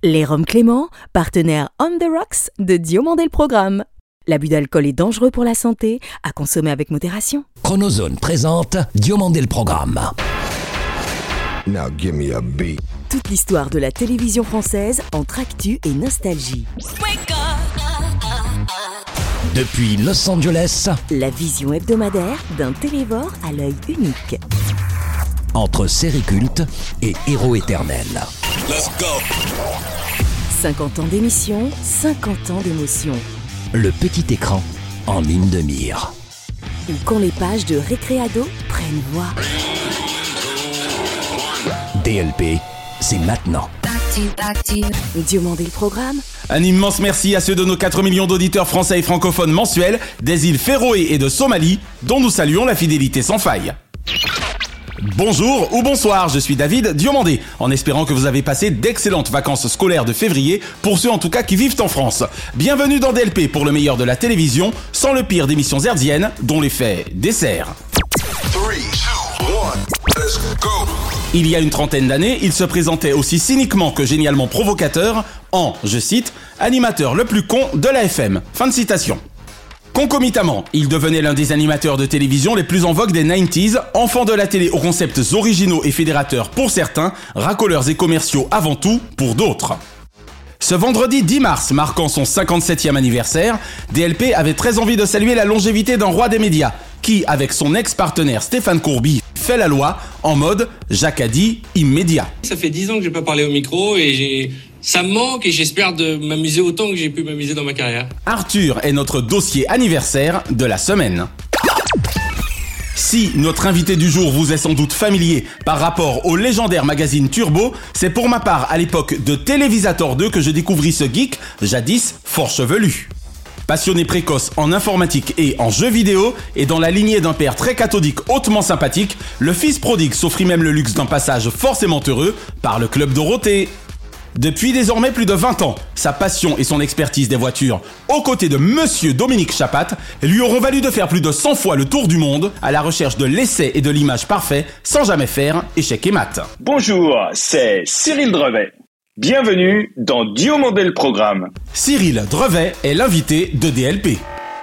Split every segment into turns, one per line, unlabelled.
Les Roms Clément, partenaire On the Rocks de Diomandé le Programme. L'abus d'alcool est dangereux pour la santé, à consommer avec modération.
Chronozone présente Diomandé le Programme.
Now give me a beat.
Toute l'histoire de la télévision française entre actu et nostalgie.
Depuis Los Angeles,
La vision hebdomadaire d'un télévore à l'œil unique.
entre séries cultes et héros éternels.
Let's go.
50 ans d'émission, 50 ans d'émotion.
Le petit écran en ligne de mire.
Ou quand les pages de Récréado prennent voix.
DLP, c'est maintenant.
Diomandé le Programme.
Un immense merci à ceux de nos 4 millions d'auditeurs français et francophones mensuels des îles Féroé et de Somalie, dont nous saluons la fidélité sans faille. Bonjour ou bonsoir, je suis David Diomandé, en espérant que vous avez passé d'excellentes vacances scolaires de février, pour ceux en tout cas qui vivent en France. Bienvenue dans DLP pour le meilleur de la télévision, sans le pire d'émissions hertziennes, dont l'effet dessert.
3, 2, 1, let's go.
Il y a une trentaine d'années, il se présentait aussi cyniquement que génialement provocateur en, je cite, animateur le plus con de la FM. Fin de citation. Concomitamment, il devenait l'un des animateurs de télévision les plus en vogue des 90s, enfant de la télé aux concepts originaux et fédérateurs pour certains, racoleurs et commerciaux avant tout pour d'autres. Ce vendredi 10 mars, marquant son 57e anniversaire, DLP avait très envie de saluer la longévité d'un roi des médias, qui, avec son ex-partenaire Stéphane Courby, fait la loi en mode Jacques a dit immédiat.
Ça fait 10 ans que j'ai pas parlé au micro et ça me manque et j'espère de m'amuser autant que j'ai pu m'amuser dans ma carrière.
Arthur est notre dossier anniversaire de la semaine. Si notre invité du jour vous est sans doute familier par rapport au légendaire magazine Turbo, c'est pour ma part à l'époque de Télévisator 2 que je découvris ce geek, jadis fort chevelu. Passionné précoce en informatique et en jeux vidéo, et dans la lignée d'un père très cathodique hautement sympathique, le fils prodigue s'offrit même le luxe d'un passage forcément heureux par le Club Dorothée. Depuis désormais plus de 20 ans, sa passion et son expertise des voitures, aux côtés de Monsieur Dominique Chapat, lui auront valu de faire plus de 100 fois le tour du monde à la recherche de l'essai et de l'image parfait, sans jamais faire échec et mat.
Bonjour, c'est Cyril Drevet. Bienvenue dans Diomandé le Programme.
Cyril Drevet est l'invité de DLP.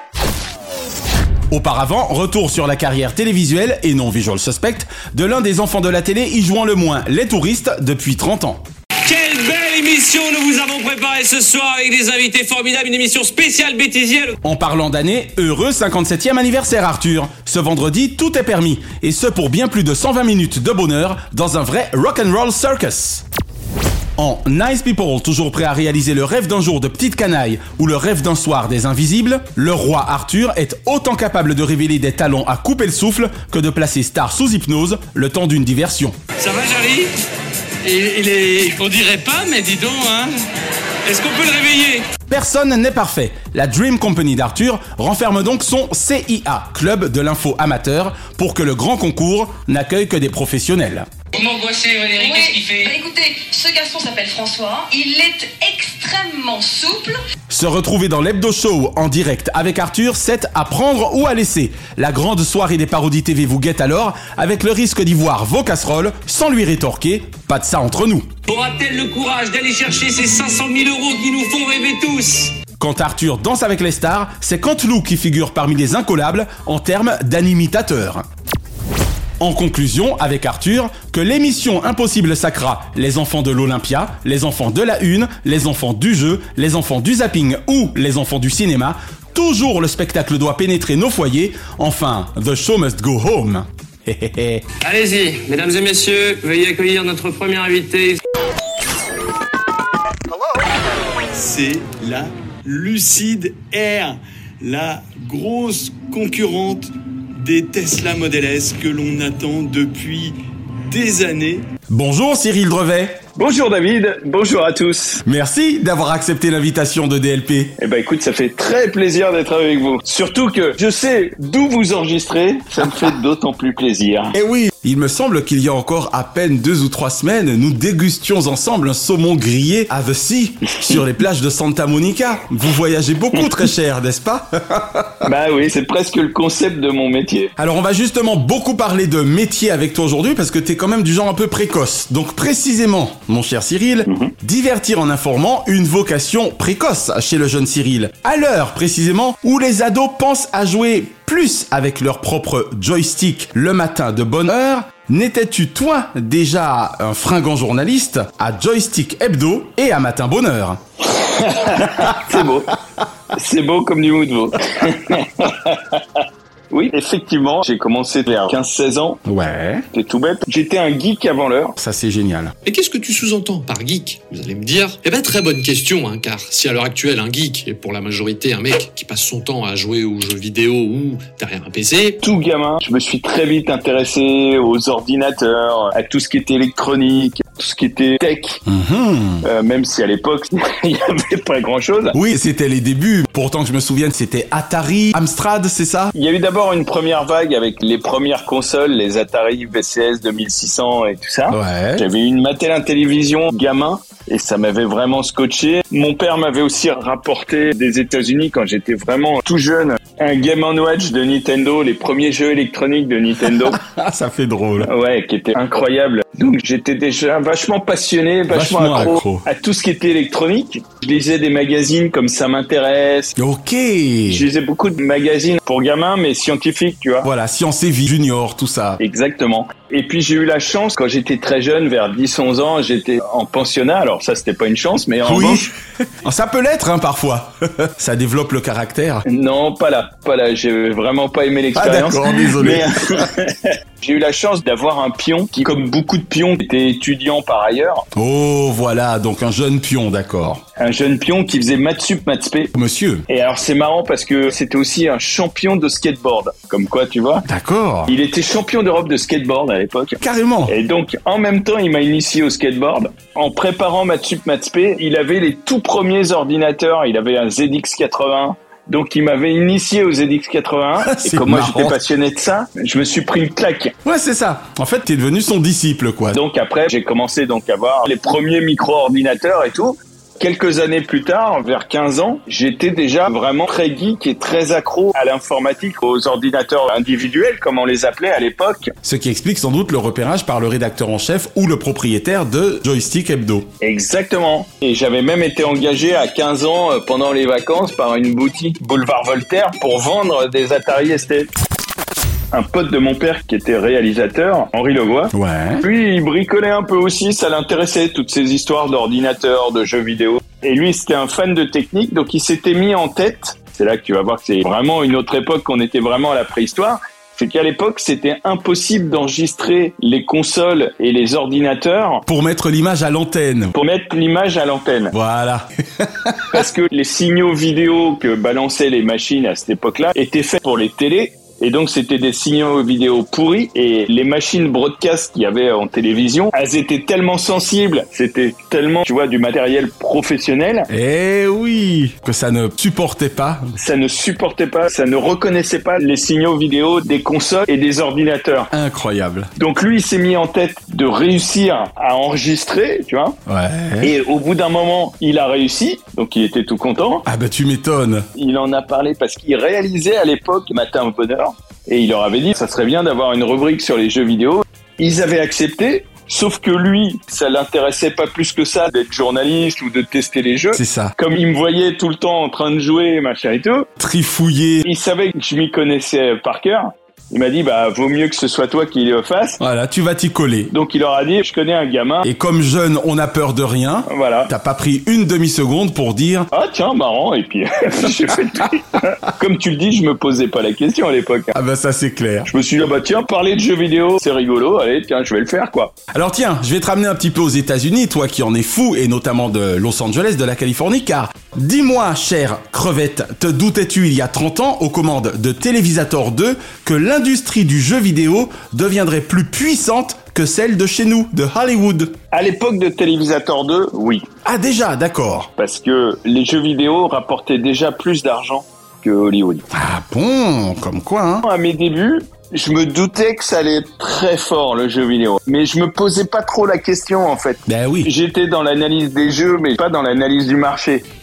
Auparavant, retour sur la carrière télévisuelle et non visual suspect de l'un des enfants de la télé y jouant le moins les touristes depuis 30 ans.
Quelle belle émission nous vous avons préparée ce soir avec des invités formidables, une émission spéciale bêtisienne.
En parlant d'année, heureux 57e anniversaire Arthur. Ce vendredi, tout est permis, et ce pour bien plus de 120 minutes de bonheur dans un vrai rock'n'roll circus. En Nice People, toujours prêt à réaliser le rêve d'un jour de petite canaille ou le rêve d'un soir des invisibles, le roi Arthur est autant capable de révéler des talents à couper le souffle que de placer star sous hypnose le temps d'une diversion.
Ça va, Jarry? On dirait pas, mais dis donc, hein. Est-ce qu'on peut le réveiller?
Personne n'est parfait. La Dream Company d'Arthur renferme donc son CIA, Club de l'info amateur, pour que le grand concours n'accueille que des professionnels.
Vous m'angoissez, Valérie, qu'est-ce qu'il fait?
Écoutez, ce garçon s'appelle François, il est extrêmement souple.
Se retrouver dans l'Hebdo Show en direct avec Arthur, c'est à prendre ou à laisser. La grande soirée des parodies TV vous guette alors, avec le risque d'y voir vos casseroles sans lui rétorquer « pas de ça entre nous ».
Aura-t-elle le courage d'aller chercher ces 500 000 € qui nous font rêver tous?
Quand Arthur danse avec les stars, c'est Canteloup qui figure parmi les incollables en termes d'animitateur. En conclusion, avec Arthur, que l'émission Impossible sacra les enfants de l'Olympia, les enfants de la Une, les enfants du jeu, les enfants du zapping ou les enfants du cinéma, toujours le spectacle doit pénétrer nos foyers, enfin, the show must go home.
Allez-y, mesdames et messieurs, veuillez accueillir notre premier invité.
C'est la Lucid Air, la grosse concurrente des Tesla Model S que l'on attend depuis des années.
Bonjour Cyril Drevet.
Bonjour David, bonjour à tous.
Merci d'avoir accepté l'invitation de DLP.
Eh ben écoute, ça fait très plaisir d'être avec vous. Surtout que je sais d'où vous enregistrez, ça me fait d'autant plus plaisir.
Eh oui, il me semble qu'il y a encore à peine 2 ou 3 semaines, nous dégustions ensemble un saumon grillé à The Sea, sur les plages de Santa Monica. Vous voyagez beaucoup très cher, n'est-ce pas?
Bah oui, c'est presque le concept de mon métier.
Alors on va justement beaucoup parler de métier avec toi aujourd'hui, parce que t'es quand même du genre un peu précoce. Donc précisément, mon cher Cyril, divertir en informant, une vocation précoce chez le jeune Cyril. À l'heure précisément où les ados pensent à jouer plus avec leur propre joystick le matin de bonne heure, n'étais-tu toi déjà un fringant journaliste à Joystick Hebdo et à Matin Bonheur?
C'est beau. C'est beau comme du mou de veau. Oui, effectivement, j'ai commencé vers 15-16 ans.
Ouais.
C'est tout bête. J'étais un geek avant l'heure.
Ça, c'est génial.
Et qu'est-ce que tu sous-entends par geek? Vous allez me dire. Eh ben, très bonne question, hein, car si à l'heure actuelle, un geek est pour la majorité un mec qui passe son temps à jouer aux jeux vidéo ou derrière un PC.
Tout gamin, je me suis très vite intéressé aux ordinateurs, à tout ce qui était électronique, tout ce qui était tech. Même si à l'époque, il n'y avait pas grand-chose.
Oui, c'était les débuts. Pourtant que je me souvienne, c'était Atari, Amstrad, c'est ça?
Il y a eu d'abord une première vague avec les premières consoles, les Atari VCS 2600 et tout ça.
Ouais.
J'avais une Mattel Intellivision gamin et ça m'avait vraiment scotché. Mon père m'avait aussi rapporté des États-Unis quand j'étais vraiment tout jeune un Game & Watch de Nintendo, les premiers jeux électroniques de Nintendo.
Ça fait drôle.
Ouais, qui était incroyable. Donc j'étais déjà vachement passionné, vachement accro à tout ce qui était électronique. Je lisais des magazines comme Ça m'intéresse.
Ok.
Je lisais beaucoup de magazines pour gamins, mais scientifiques, tu vois.
Voilà, Science et Vie, Junior, tout ça.
Exactement. Et puis j'ai eu la chance, quand j'étais très jeune, vers 10-11 ans, j'étais en pensionnat. Alors ça, c'était pas une chance, mais en revanche...
Ça peut l'être, hein, parfois. Ça développe le caractère.
Non, pas là. Pas là. J'ai vraiment pas aimé l'expérience.
Ah d'accord, désolé.
Mais, j'ai eu la chance d'avoir un pion qui, comme beaucoup de pions, était étudiant par ailleurs.
Oh, voilà. Donc un jeune pion, d'accord.
Un jeune pion qui faisait maths sup, maths spé.
Monsieur.
Et alors c'est marrant parce que c'était aussi un champion de skateboard. Comme quoi, tu vois.
D'accord.
Il était champion d'Europe de skateboard à l'époque.
Carrément.
Et donc, en même temps, il m'a initié au skateboard. En préparant maths sup, maths spé, il avait les tout premiers ordinateurs. Il avait un ZX80. Donc, il m'avait initié au ZX81. Et comme moi, j'étais passionné de ça, je me suis pris une claque.
Ouais, c'est ça. En fait, t'es devenu son disciple, quoi.
Donc, après, j'ai commencé donc à voir les premiers micro-ordinateurs et tout. Quelques années plus tard, vers 15 ans, j'étais déjà vraiment très geek et très accro à l'informatique, aux ordinateurs individuels, comme on les appelait à l'époque.
Ce qui explique sans doute le repérage par le rédacteur en chef ou le propriétaire de Joystick Hebdo.
Exactement. Et j'avais même été engagé à 15 ans pendant les vacances par une boutique Boulevard Voltaire pour vendre des Atari ST. Un pote de mon père qui était réalisateur, Henri Legois.
Ouais.
Lui, il bricolait un peu aussi, ça l'intéressait, toutes ces histoires d'ordinateurs, de jeux vidéo. Et lui, c'était un fan de technique, donc il s'était mis en tête, c'est là que tu vas voir que c'est vraiment une autre époque, qu'on était vraiment à la préhistoire, c'est qu'à l'époque, c'était impossible d'enregistrer les consoles et les ordinateurs.
Pour mettre l'image à l'antenne.
Pour mettre l'image à l'antenne.
Voilà.
Parce que les signaux vidéo que balançaient les machines à cette époque-là étaient faits pour les télés. Et donc, c'était des signaux vidéo pourris. Et les machines broadcast qu'il y avait en télévision, elles étaient tellement sensibles. C'était tellement, tu vois, du matériel professionnel.
Eh oui, que ça ne supportait pas.
Ça ne supportait pas, ça ne reconnaissait pas les signaux vidéo des consoles et des ordinateurs.
Incroyable.
Donc, lui, il s'est mis en tête de réussir à enregistrer, tu vois.
Ouais.
Et au bout d'un moment, il a réussi. Donc, il était tout content.
Ah bah, tu m'étonnes.
Il en a parlé parce qu'il réalisait à l'époque Matin Bonheur. Et il leur avait dit, ça serait bien d'avoir une rubrique sur les jeux vidéo. Ils avaient accepté, sauf que lui, ça l'intéressait pas plus que ça d'être journaliste ou de tester les jeux.
C'est ça.
Comme il me voyait tout le temps en train de jouer, machin et tout.
Trifouillé.
Il savait que je m'y connaissais par cœur. Il m'a dit, bah, vaut mieux que ce soit toi qui le fasse.
Voilà, tu vas t'y coller.
Donc, il leur a dit, je connais un gamin.
Et comme jeune, on n'a peur de rien.
Voilà.
T'as pas pris une demi-seconde pour dire...
Ah, tiens, marrant. Et puis, j'ai fait le tri. Comme tu le dis, je me posais pas la question à l'époque.
Ah bah, ça, c'est clair.
Je me suis dit, ah bah, tiens, parler de jeux vidéo, c'est rigolo. Allez, tiens, je vais le faire, quoi.
Alors, tiens, je vais te ramener un petit peu aux États-Unis, toi qui en es fou, et notamment de Los Angeles, de la Californie, car... Dis-moi, chère crevette, te doutais-tu il y a 30 ans, aux commandes de Télévisateur 2, que l'industrie du jeu vidéo deviendrait plus puissante que celle de chez nous, de Hollywood?
À l'époque de Télévisateur 2, oui.
Ah déjà, d'accord.
Parce que les jeux vidéo rapportaient déjà plus d'argent que Hollywood.
Ah bon, comme quoi, hein?
À mes débuts, je me doutais que ça allait être très fort, le jeu vidéo. Mais je me posais pas trop la question, en fait.
Ben oui.
J'étais dans l'analyse des jeux, mais pas dans l'analyse du marché.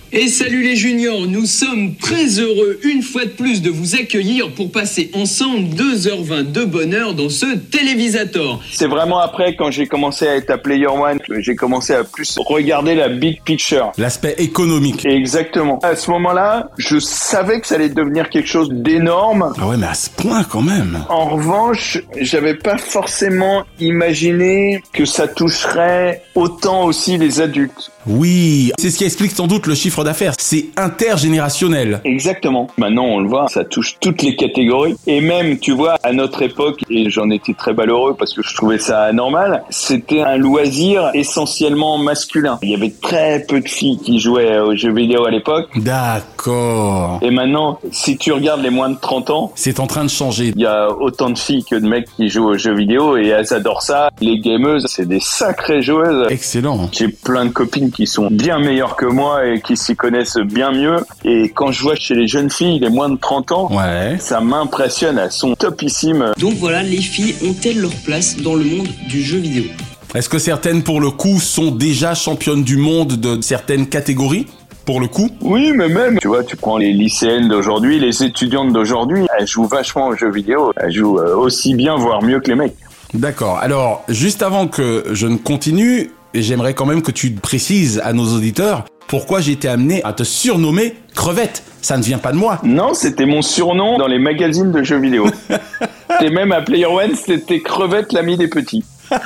Et salut les juniors, nous sommes très heureux une fois de plus de vous accueillir pour passer ensemble 2h20 de bonheur dans ce télévisateur.
C'est vraiment après, quand j'ai commencé à être à Player One, que j'ai commencé à plus regarder la big picture.
L'aspect économique.
Exactement. À ce moment-là, je savais que ça allait devenir quelque chose d'énorme.
Ah ouais, mais à ce point quand même.
En revanche, j'avais pas forcément imaginé que ça toucherait autant aussi les adultes.
Oui, c'est ce qui explique sans doute le chiffre d'affaires. C'est intergénérationnel.
Exactement. Maintenant, on le voit, ça touche toutes les catégories. Et même, tu vois, à notre époque, et j'en étais très malheureux parce que je trouvais ça anormal, c'était un loisir essentiellement masculin. Il y avait très peu de filles qui jouaient aux jeux vidéo à l'époque.
D'accord.
Et maintenant, si tu regardes les moins de 30 ans,
c'est en train de changer.
Il y a autant de filles que de mecs qui jouent aux jeux vidéo et elles adorent ça. Les gameuses, c'est des sacrées joueuses.
Excellent.
J'ai plein de copines qui sont bien meilleures que moi et qui s'y connaissent bien mieux. Et quand je vois chez les jeunes filles, les moins de 30 ans, ça m'impressionne. Elles sont topissimes.
Donc voilà, les filles ont-elles leur place dans le monde du jeu vidéo?
Est-ce que certaines, pour le coup, sont déjà championnes du monde de certaines catégories ? Pour le coup?
Oui, mais même, tu vois, tu prends les lycéennes d'aujourd'hui, les étudiantes d'aujourd'hui, elles jouent vachement aux jeux vidéo. Elles jouent aussi bien, voire mieux que les mecs.
D'accord. Alors, juste avant que je ne continue, j'aimerais quand même que tu précises à nos auditeurs pourquoi j'ai été amené à te surnommer Crevette. Ça ne vient pas de moi.
Non, c'était mon surnom dans les magazines de jeux vidéo. C'était même à Player One, c'était Crevette, l'ami des petits.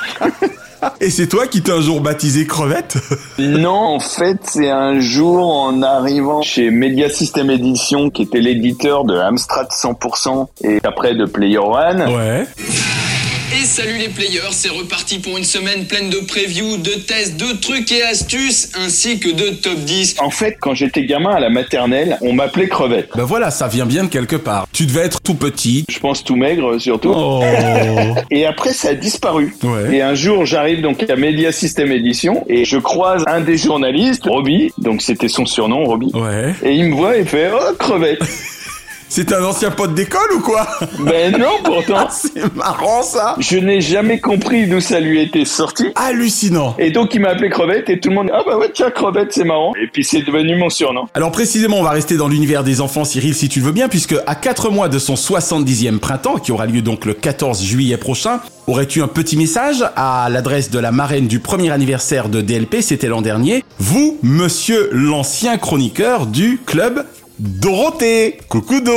Et c'est toi qui t'es un jour baptisé Crevette?
Non, en fait, c'est un jour en arrivant chez Media System Edition, qui était l'éditeur de Amstrad 100% et après de Player One.
Ouais.
Et salut les players, c'est reparti pour une semaine pleine de previews, de tests, de trucs et astuces, ainsi que de top 10.
En fait, quand j'étais gamin à la maternelle, on m'appelait Crevette.
Ben voilà, ça vient bien de quelque part. Tu devais être tout petit.
Je pense tout maigre, surtout.
Oh.
Et après, ça a disparu.
Ouais.
Et un jour, j'arrive donc à Media System Edition et je croise un des journalistes, Robbie, donc c'était son surnom, Robbie.
Ouais.
Et il me voit et fait « Oh, Crevette !»
C'est un ancien pote d'école ou quoi?
Ben non, pourtant.
C'est marrant ça.
Je n'ai jamais compris d'où ça lui était sorti.
Hallucinant.
Et donc il m'a appelé Crevette et tout le monde « Ah bah ouais, tiens, Crevette, c'est marrant. » Et puis c'est devenu mon surnom.
Alors précisément, on va rester dans l'univers des enfants, Cyril, si tu le veux bien, puisque à 4 mois de son 70e printemps, qui aura lieu donc le 14 juillet prochain, aurais-tu un petit message à l'adresse de la marraine du premier anniversaire de DLP, c'était l'an dernier, vous, monsieur l'ancien chroniqueur du club Dorothée, coucou Do.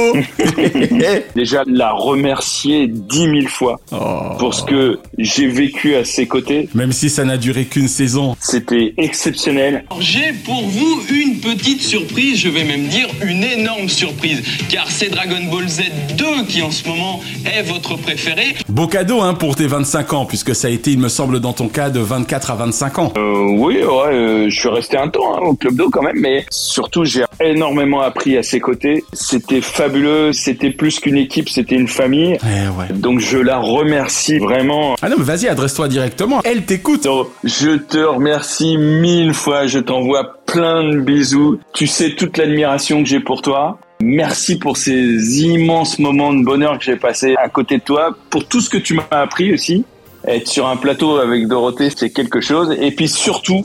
Déjà, la remercier 10 000 fois pour ce que j'ai vécu à ses côtés.
Même si ça n'a duré qu'une saison.
C'était exceptionnel.
J'ai pour vous une petite surprise, je vais même dire une énorme surprise, car c'est Dragon Ball Z 2 qui en ce moment est votre préféré.
Beau cadeau pour tes 25 ans, puisque ça a été, il me semble, dans ton cas, de 24 à 25 ans.
Oui, ouais, je suis resté un temps au Club d'eau quand même, mais surtout j'ai énormément appris à ses côtés. C'était fabuleux, c'était plus qu'une équipe, c'était une famille.
Ouais.
Donc je la remercie vraiment.
Ah non, mais vas-y, adresse-toi directement. Elle t'écoute.
Donc, je te remercie 1000 fois, je t'envoie plein de bisous. Tu sais toute l'admiration que j'ai pour toi. Merci pour ces immenses moments de bonheur que j'ai passés à côté de toi, pour tout ce que tu m'as appris aussi. Être sur un plateau avec Dorothée, c'est quelque chose. Et puis surtout,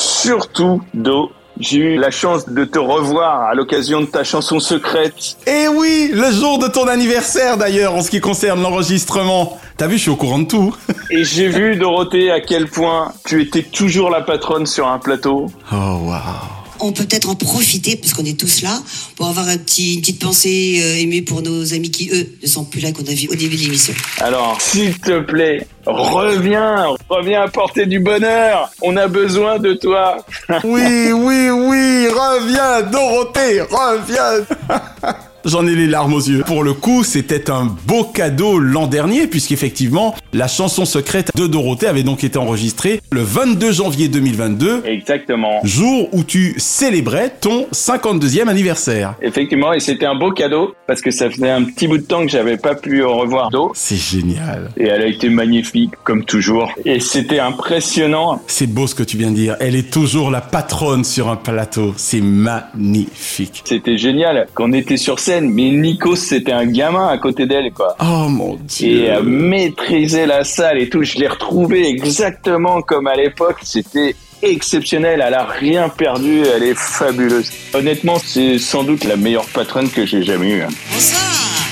Do, j'ai eu la chance de te revoir à l'occasion de ta chanson secrète.
Eh oui, le jour de ton anniversaire d'ailleurs, en ce qui concerne l'enregistrement. T'as vu, je suis au courant de tout.
Et j'ai vu, Dorothée, à quel point tu étais toujours la patronne sur un plateau.
Oh, waouh.
On peut peut-être en profiter, parce qu'on est tous là, pour avoir une petite pensée émue pour nos amis qui, eux, ne sont plus là, qu'on a vu au début de l'émission.
Alors, s'il te plaît, reviens apporter du bonheur. On a besoin de toi.
Oui, reviens, Dorothée, reviens. J'en ai les larmes aux yeux. Pour le coup, c'était un beau cadeau l'an dernier, puisqu'effectivement, la chanson secrète de Dorothée avait donc été enregistrée le 22 janvier 2022.
Exactement.
Jour où tu célébrais ton 52e anniversaire.
Effectivement, et c'était un beau cadeau, parce que ça faisait un petit bout de temps que j'avais pas pu revoir Do.
C'est génial.
Et elle a été magnifique, comme toujours. Et c'était impressionnant.
C'est beau ce que tu viens de dire. Elle est toujours la patronne sur un plateau. C'est magnifique.
C'était génial. Quand on était sur scène, mais Nikos, c'était un gamin à côté d'elle, quoi.
Oh mon Dieu.
Et maîtriser la salle et tout. Je l'ai retrouvé exactement comme à l'époque. C'était exceptionnelle, elle a rien perdu, elle est fabuleuse. Honnêtement, c'est sans doute la meilleure patronne que j'ai jamais eue.
Bonsoir.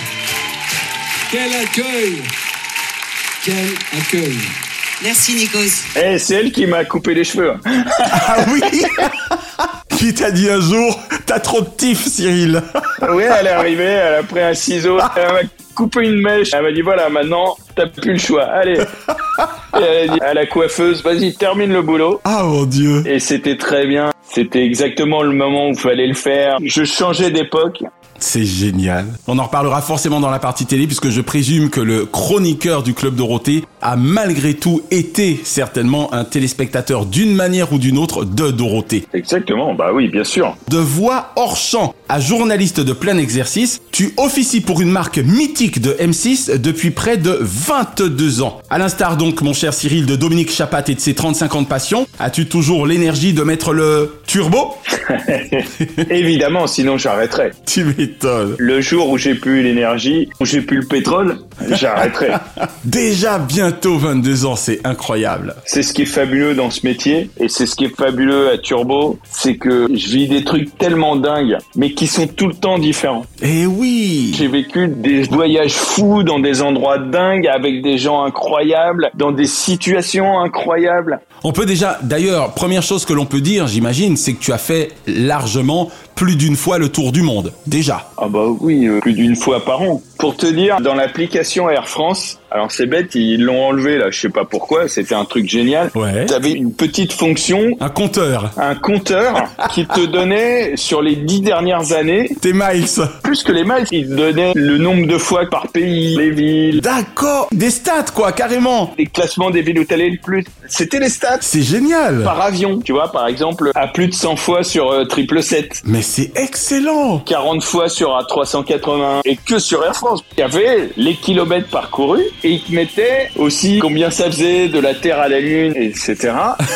Quel accueil! Quel accueil!
Merci Nikos.
C'est elle qui m'a coupé les cheveux.
Ah oui. Qui t'a dit un jour, t'as trop de tif, Cyril.
Oui, elle est arrivée, elle a pris un ciseau, elle m'a coupé une mèche. Elle m'a dit, voilà, maintenant, t'as plus le choix. Allez. Et elle a dit à la coiffeuse, vas-y, termine le boulot.
Ah mon Dieu.
Et c'était très bien. C'était exactement le moment où il fallait le faire. Je changeais d'époque.
C'est génial. On en reparlera forcément dans la partie télé puisque je présume que le chroniqueur du Club Dorothée a malgré tout été certainement un téléspectateur d'une manière ou d'une autre de Dorothée.
Exactement, bah oui, bien sûr.
De voix hors champ à journaliste de plein exercice, tu officies pour une marque mythique de M6 depuis près de 22 ans. À l'instar donc, mon cher Cyril, de Dominique Chapat et de ses 35 ans de passion, as-tu toujours l'énergie de mettre le turbo?
Évidemment, sinon j'arrêterais.
Tu m'étonnes.
Le jour où j'ai plus l'énergie, où j'ai plus le pétrole, j'arrêterai.
Déjà bientôt 22 ans, c'est incroyable.
C'est ce qui est fabuleux dans ce métier, et c'est ce qui est fabuleux à Turbo, c'est que je vis des trucs tellement dingues, mais qui sont tout le temps différents.
Eh oui.
J'ai vécu des voyages fous dans des endroits dingues, avec des gens incroyables, dans des situations incroyables.
On peut déjà, d'ailleurs, première chose que l'on peut dire, j'imagine, c'est que tu as fait largement plus d'une fois le tour du monde, déjà.
Ah bah oui, plus d'une fois par an. Pour te dire, dans l'application Air France, alors c'est bête, ils l'ont enlevé là, je sais pas pourquoi, c'était un truc génial.
Ouais.
T'avais une petite fonction.
Un compteur.
Un compteur qui te donnait, sur les 10 dernières années...
Tes miles.
Plus que les miles, il te donnait le nombre de fois par pays, les villes.
D'accord. Des stats, quoi, carrément.
Les classements des villes où t'allais le plus. C'était les stats.
C'est génial.
Par avion, tu vois, par exemple, à plus de 100 fois sur 777.
Mais c'est excellent.
40 fois sur A380. Et que sur Air France. Il y avait les kilomètres parcourus et il te mettait aussi combien ça faisait de la Terre à la Lune, etc.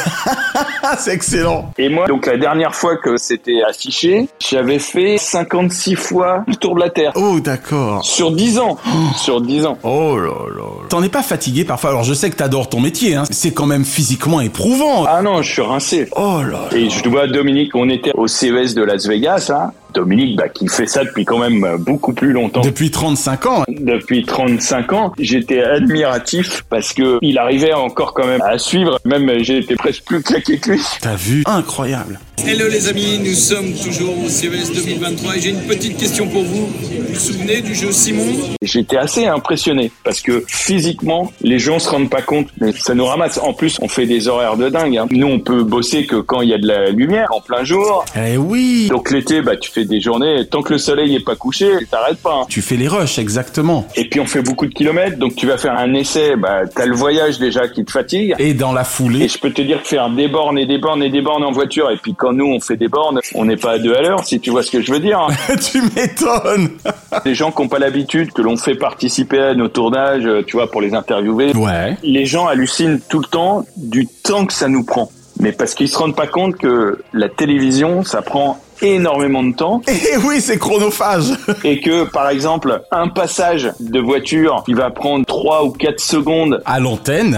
C'est excellent.
Et moi, donc la dernière fois que c'était affiché, j'avais fait 56 fois le tour de la Terre.
Oh, d'accord.
Sur 10 ans. Sur 10 ans.
Oh là là. T'en es pas fatigué parfois? Alors je sais que t'adores ton métier, hein. C'est quand même physiquement éprouvant.
Ah non, je suis rincé.
Oh là là.
Et je vois Dominique, on était au CES de Las Vegas, hein. Dominique, qui fait ça depuis quand même beaucoup plus longtemps.
Depuis 35 ans.
Depuis 35 ans. J'étais admiratif parce que il arrivait encore quand même à suivre. Même j'ai été presque plus claqué que lui.
T'as vu? Incroyable.
Hello les amis, nous sommes toujours au CES 2023 et j'ai une petite question pour vous. Vous vous souvenez du jeu Simon?
J'étais assez impressionné parce que physiquement, les gens se rendent pas compte, mais ça nous ramasse. En plus, on fait des horaires de dingue, hein. Nous, on peut bosser que quand il y a de la lumière, en plein jour.
Eh oui.
Donc l'été, tu fais des journées, tant que le soleil est pas couché, t'arrêtes pas. Hein.
Tu fais les rushs, exactement.
Et puis on fait beaucoup de kilomètres, donc tu vas faire un essai, t'as le voyage déjà qui te fatigue.
Et dans la foulée.
Et je peux te dire que faire des bornes et des bornes et des bornes en voiture, et puis quand nous on fait des bornes, on n'est pas à 2 à l'heure, si tu vois ce que je veux dire. Hein.
Tu m'étonnes.
Les gens qui n'ont pas l'habitude, que l'on fait participer à nos tournages, tu vois, pour les interviewer.
Ouais.
Les gens hallucinent tout le temps du temps que ça nous prend. Mais parce qu'ils se rendent pas compte que la télévision, ça prend énormément de temps.
Et oui, c'est chronophage.
Et que, par exemple, un passage de voiture qui va prendre 3 ou 4 secondes
à l'antenne,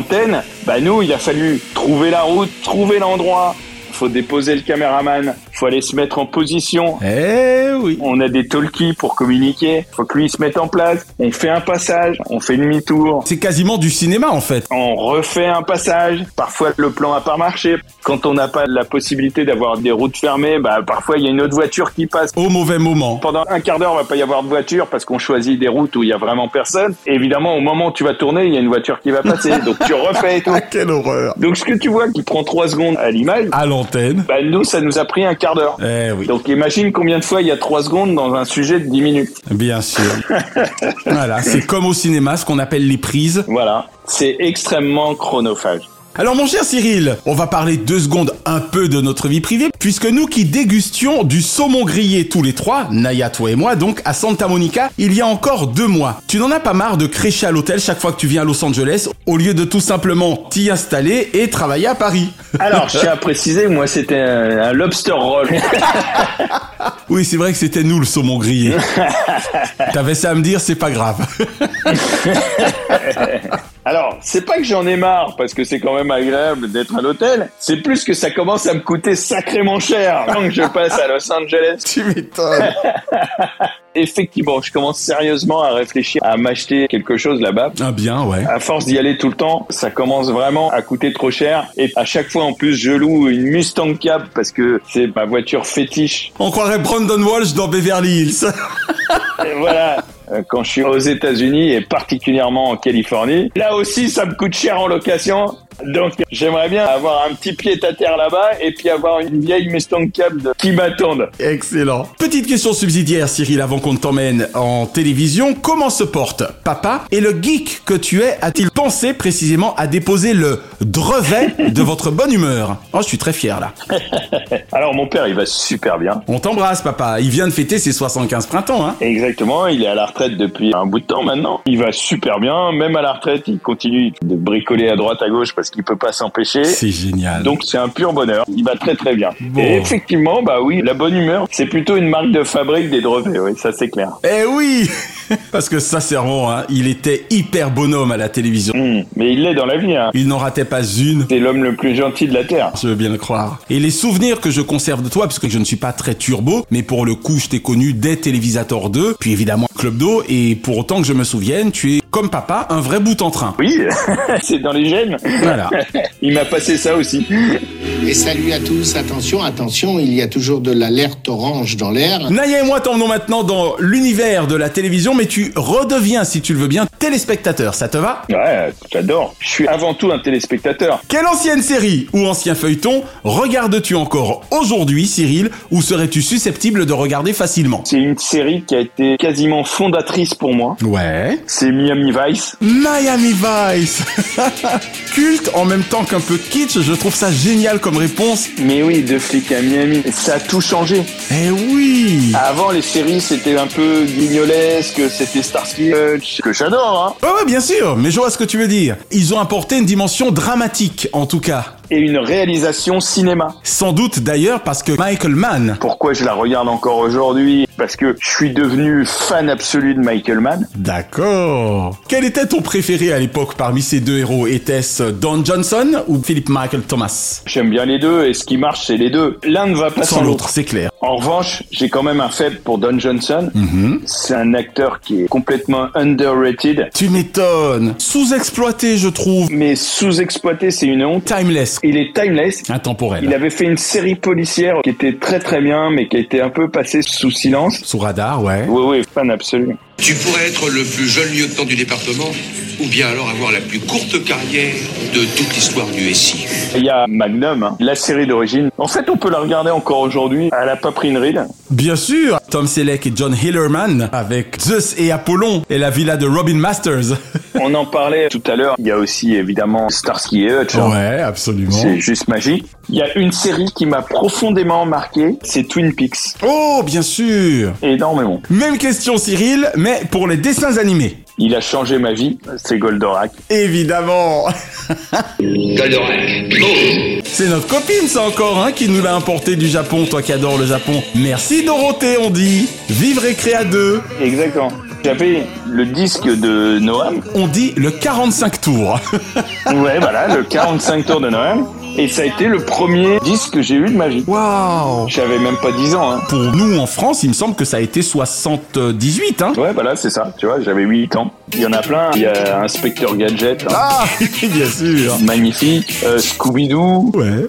nous, il a fallu trouver la route, trouver l'endroit. Faut déposer le caméraman, faut aller se mettre en position.
Eh oui.
On a des talkies pour communiquer. Faut que lui se mette en place. On fait un passage, on fait demi-tour.
C'est quasiment du cinéma en fait.
On refait un passage. Parfois le plan a pas marché. Quand on n'a pas la possibilité d'avoir des routes fermées, parfois il y a une autre voiture qui passe.
Au mauvais moment.
Pendant un quart d'heure, il va pas y avoir de voiture parce qu'on choisit des routes où il y a vraiment personne. Et évidemment, au moment où tu vas tourner, il y a une voiture qui va passer. Donc tu refais et tout.
Quelle horreur.
Donc ce que tu vois qui prend 3 secondes à l'image.
À l'antenne.
Nous, ça nous a pris un quart d'heure.
Eh oui.
Donc imagine combien de fois il y a 3 secondes dans un sujet de 10 minutes.
Bien sûr. Voilà, c'est comme au cinéma, ce qu'on appelle les prises.
Voilà, c'est extrêmement chronophage.
Alors mon cher Cyril, on va parler 2 secondes un peu de notre vie privée, puisque nous qui dégustions du saumon grillé tous les 3, Naya, toi et moi, donc à Santa Monica, il y a encore 2 mois. Tu n'en as pas marre de crécher à l'hôtel chaque fois que tu viens à Los Angeles, au lieu de tout simplement t'y installer et travailler à Paris?
Alors, je tiens à préciser, moi c'était un lobster roll.
Oui, c'est vrai que c'était nous le saumon grillé. T'avais ça à me dire, c'est pas grave.
Alors, c'est pas que j'en ai marre, parce que c'est quand même agréable d'être à l'hôtel, c'est plus que ça commence à me coûter sacrément cher quand je passe à Los Angeles.
Tu m'étonnes.
Effectivement, je commence sérieusement à réfléchir à m'acheter quelque chose là-bas.
Ah bien, ouais.
À force d'y aller tout le temps, ça commence vraiment à coûter trop cher. Et à chaque fois, en plus, je loue une Mustang Cab parce que c'est ma voiture fétiche.
On croirait Brandon Walsh dans Beverly Hills.
Et voilà. Quand je suis aux États-Unis et particulièrement en Californie, là aussi, ça me coûte cher en location. Donc, j'aimerais bien avoir un petit pied-à-terre là-bas et puis avoir une vieille Mustang Cab qui m'attende.
Excellent. Petite question subsidiaire, Cyril, avant qu'on t'emmène en télévision. Comment se porte papa? Et le geek que tu es a-t-il pensé précisément à déposer le brevet de votre bonne humeur? Oh, je suis très fier, là.
Alors, mon père, il va super bien.
On t'embrasse, papa. Il vient de fêter ses 75 printemps, hein?
Exactement. Il est à la retraite depuis un bout de temps maintenant. Il va super bien. Même à la retraite, il continue de bricoler à droite, à gauche parce qu'il peut pas s'empêcher.
C'est génial.
Donc c'est un pur bonheur. Il va très très bien.
Bon.
Et effectivement, bah oui, la bonne humeur, c'est plutôt une marque de fabrique des brevets. Oui, ça c'est clair.
Eh oui. Parce que sincèrement, hein, il était hyper bonhomme à la télévision.
Mais il l'est dans la vie. Hein.
Il n'en ratait pas une.
C'est l'homme le plus gentil de la Terre.
Je veux bien le croire. Et les souvenirs que je conserve de toi, parce que je ne suis pas très turbo, mais pour le coup, je t'ai connu dès Télévisateur 2, puis évidemment Club d'eau, et pour autant que je me souvienne, tu es, comme papa, un vrai bout en train.
Oui, c'est dans les gènes.
Voilà.
Il m'a passé ça aussi.
Et salut à tous, attention, attention, il y a toujours de l'alerte orange dans l'air.
Naya et moi t'emmenons maintenant dans l'univers de la télévision, mais tu redeviens, si tu le veux bien, téléspectateur, ça te va?
Ouais, j'adore. Je suis avant tout un téléspectateur.
Quelle ancienne série ou ancien feuilleton regardes-tu encore aujourd'hui, Cyril, ou serais-tu susceptible de regarder facilement?
C'est une série qui a été quasiment fondatrice pour moi.
Ouais.
C'est Miami Vice.
Miami Vice. Culte en même temps qu'un peu kitsch, je trouve ça génial comme réponse.
Mais oui, de flics à Miami, ça a tout changé.
Eh oui.
Avant, les séries, c'était un peu guignolesque, c'était Starsky Hutch, que j'adore, hein.
Ouais, bien sûr, mais je vois ce que tu veux dire. Ils ont apporté une dimension dramatique, en tout cas.
Et une réalisation cinéma.
Sans doute d'ailleurs parce que Michael Mann...
Pourquoi je la regarde encore aujourd'hui? Parce que je suis devenu fan absolu de Michael Mann.
D'accord. Quel était ton préféré à l'époque parmi ces deux héros? Était-ce Don Johnson ou Philip Michael Thomas?
J'aime bien les deux et ce qui marche, c'est les deux. L'un ne va pas sans l'autre,
c'est clair.
En revanche, j'ai quand même un faible pour Don Johnson. C'est un acteur qui est complètement underrated.
Tu m'étonnes. Sous-exploité, je trouve.
Mais sous-exploité, c'est une honte.
Timeless.
Il est timeless.
Intemporel.
Il avait fait une série policière qui était très très bien, mais qui a été un peu passée sous silence.
Sous radar, ouais.
Oui, fan absolu.
Tu pourrais être le plus jeune lieutenant du département, ou bien alors avoir la plus courte carrière de toute l'histoire du SI.
Il y a Magnum, hein, la série d'origine. En fait, on peut la regarder encore aujourd'hui. Elle a pas pris une ride.
Bien sûr. Tom Selleck et John Hillerman avec Zeus et Apollon et la villa de Robin Masters.
On en parlait tout à l'heure. Il y a aussi évidemment Starsky et Hutch. Hein.
Ouais, absolument.
C'est juste magique. Il y a une série qui m'a profondément marqué, c'est Twin Peaks.
Oh, bien sûr.
Énormément.
Même question, Cyril, mais pour les dessins animés.
Il a changé ma vie, c'est Goldorak.
Évidemment.
Goldorak, go.
C'est notre copine, ça encore, hein, qui nous l'a importé du Japon, toi qui adores le Japon. Merci Dorothée, on dit. Vive Récréa 2.
Exactement. J'avais le disque de Noam.
On dit le 45 tours.
Ouais, voilà, le 45 tours de Noam. Et ça a été le premier disque que j'ai eu de ma vie.
Waouh.
J'avais même pas 10 ans. Hein.
Pour nous, en France, il me semble que ça a été 78, hein.
Ouais, voilà, c'est ça. Tu vois, j'avais 8 ans. Il y en a plein. Il y a Inspecteur Gadget. Hein.
Ah, bien sûr.
Magnifique. Scooby-Doo.
Ouais.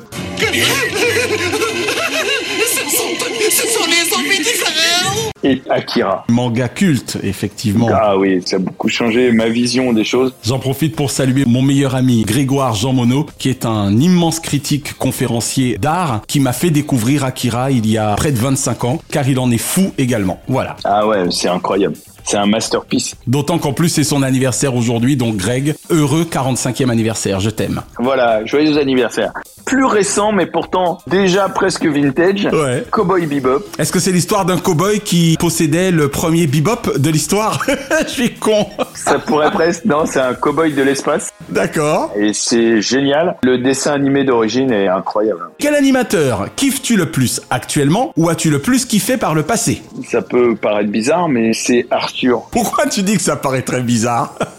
Ce sont les zombies du pharaon.
Et Akira.
Manga culte, effectivement.
Ah oui, ça a beaucoup changé ma vision des choses.
J'en profite pour saluer mon meilleur ami Grégoire Jean Monod, qui est un immense critique conférencier d'art, qui m'a fait découvrir Akira il y a près de 25 ans, car il en est fou également. Voilà.
Ah ouais, c'est incroyable. C'est un masterpiece.
D'autant qu'en plus, c'est son anniversaire aujourd'hui, donc Greg, heureux 45e anniversaire, je t'aime.
Voilà, joyeux anniversaire. Plus récent, mais pourtant déjà presque vintage.
Ouais.
Cowboy Bebop.
Est-ce que c'est l'histoire d'un cowboy qui possédait le premier bebop de l'histoire? Je suis con.
Ça pourrait presque. Non, c'est un cowboy de l'espace.
D'accord.
Et c'est génial. Le dessin animé d'origine est incroyable.
Quel animateur kiffes-tu le plus actuellement ou as-tu le plus kiffé par le passé?
Ça peut paraître bizarre, mais c'est Arthur.
Pourquoi tu dis que ça paraît très bizarre?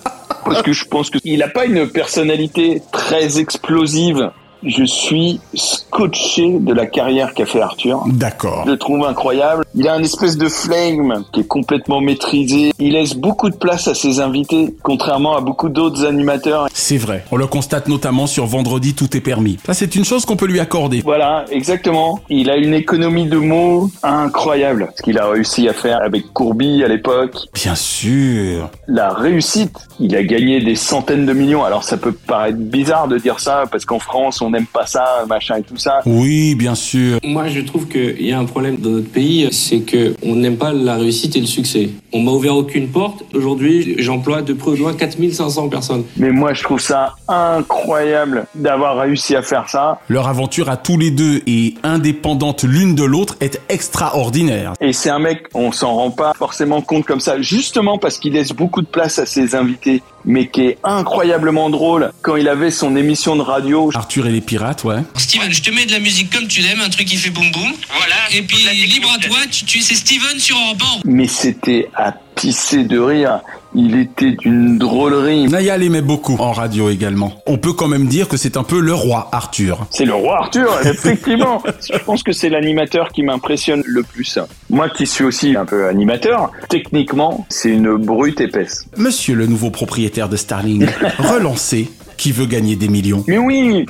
parce que je pense qu'il a pas une personnalité très explosive. Je suis scotché de la carrière qu'a fait Arthur.
D'accord.
Je le trouve incroyable. Il a une espèce de flegme qui est complètement maîtrisé. Il laisse beaucoup de place à ses invités, contrairement à beaucoup d'autres animateurs.
C'est vrai. On le constate notamment sur Vendredi, tout est permis. Ça, c'est une chose qu'on peut lui accorder.
Voilà, exactement. Il a une économie de mots incroyable. Ce qu'il a réussi à faire avec Courby à l'époque.
Bien sûr.
La réussite. Il a gagné des centaines de millions. Alors, ça peut paraître bizarre de dire ça, parce qu'en France, on n'aime pas ça, machin et tout ça.
Oui, bien sûr.
Moi, je trouve qu'il y a un problème dans notre pays, c'est qu'on n'aime pas la réussite et le succès. On m'a ouvert aucune porte. Aujourd'hui, j'emploie de près ou de loin 4500 personnes.
Mais moi, je trouve ça incroyable d'avoir réussi à faire ça.
Leur aventure à tous les deux et indépendante l'une de l'autre est extraordinaire.
Et c'est un mec, on s'en rend pas forcément compte comme ça, justement parce qu'il laisse beaucoup de place à ses invités, mais qui est incroyablement drôle. Quand il avait son émission de radio,
Arthur et les pirates, ouais.
Steven, je te mets de la musique comme tu l'aimes, un truc qui fait boum boum. Voilà. Et puis libre à toi, c'est Steven sur Europe 1.
Mais c'était à pisser de rire. Il était d'une drôlerie.
Naya l'aimait beaucoup en radio également. On peut quand même dire que c'est un peu le roi Arthur.
C'est le roi Arthur, effectivement. Je pense que c'est l'animateur qui m'impressionne le plus. Moi qui suis aussi un peu animateur, techniquement, c'est une brute épaisse.
Monsieur le nouveau propriétaire de Starling, relancé. Qui veut gagner des millions.
Mais oui.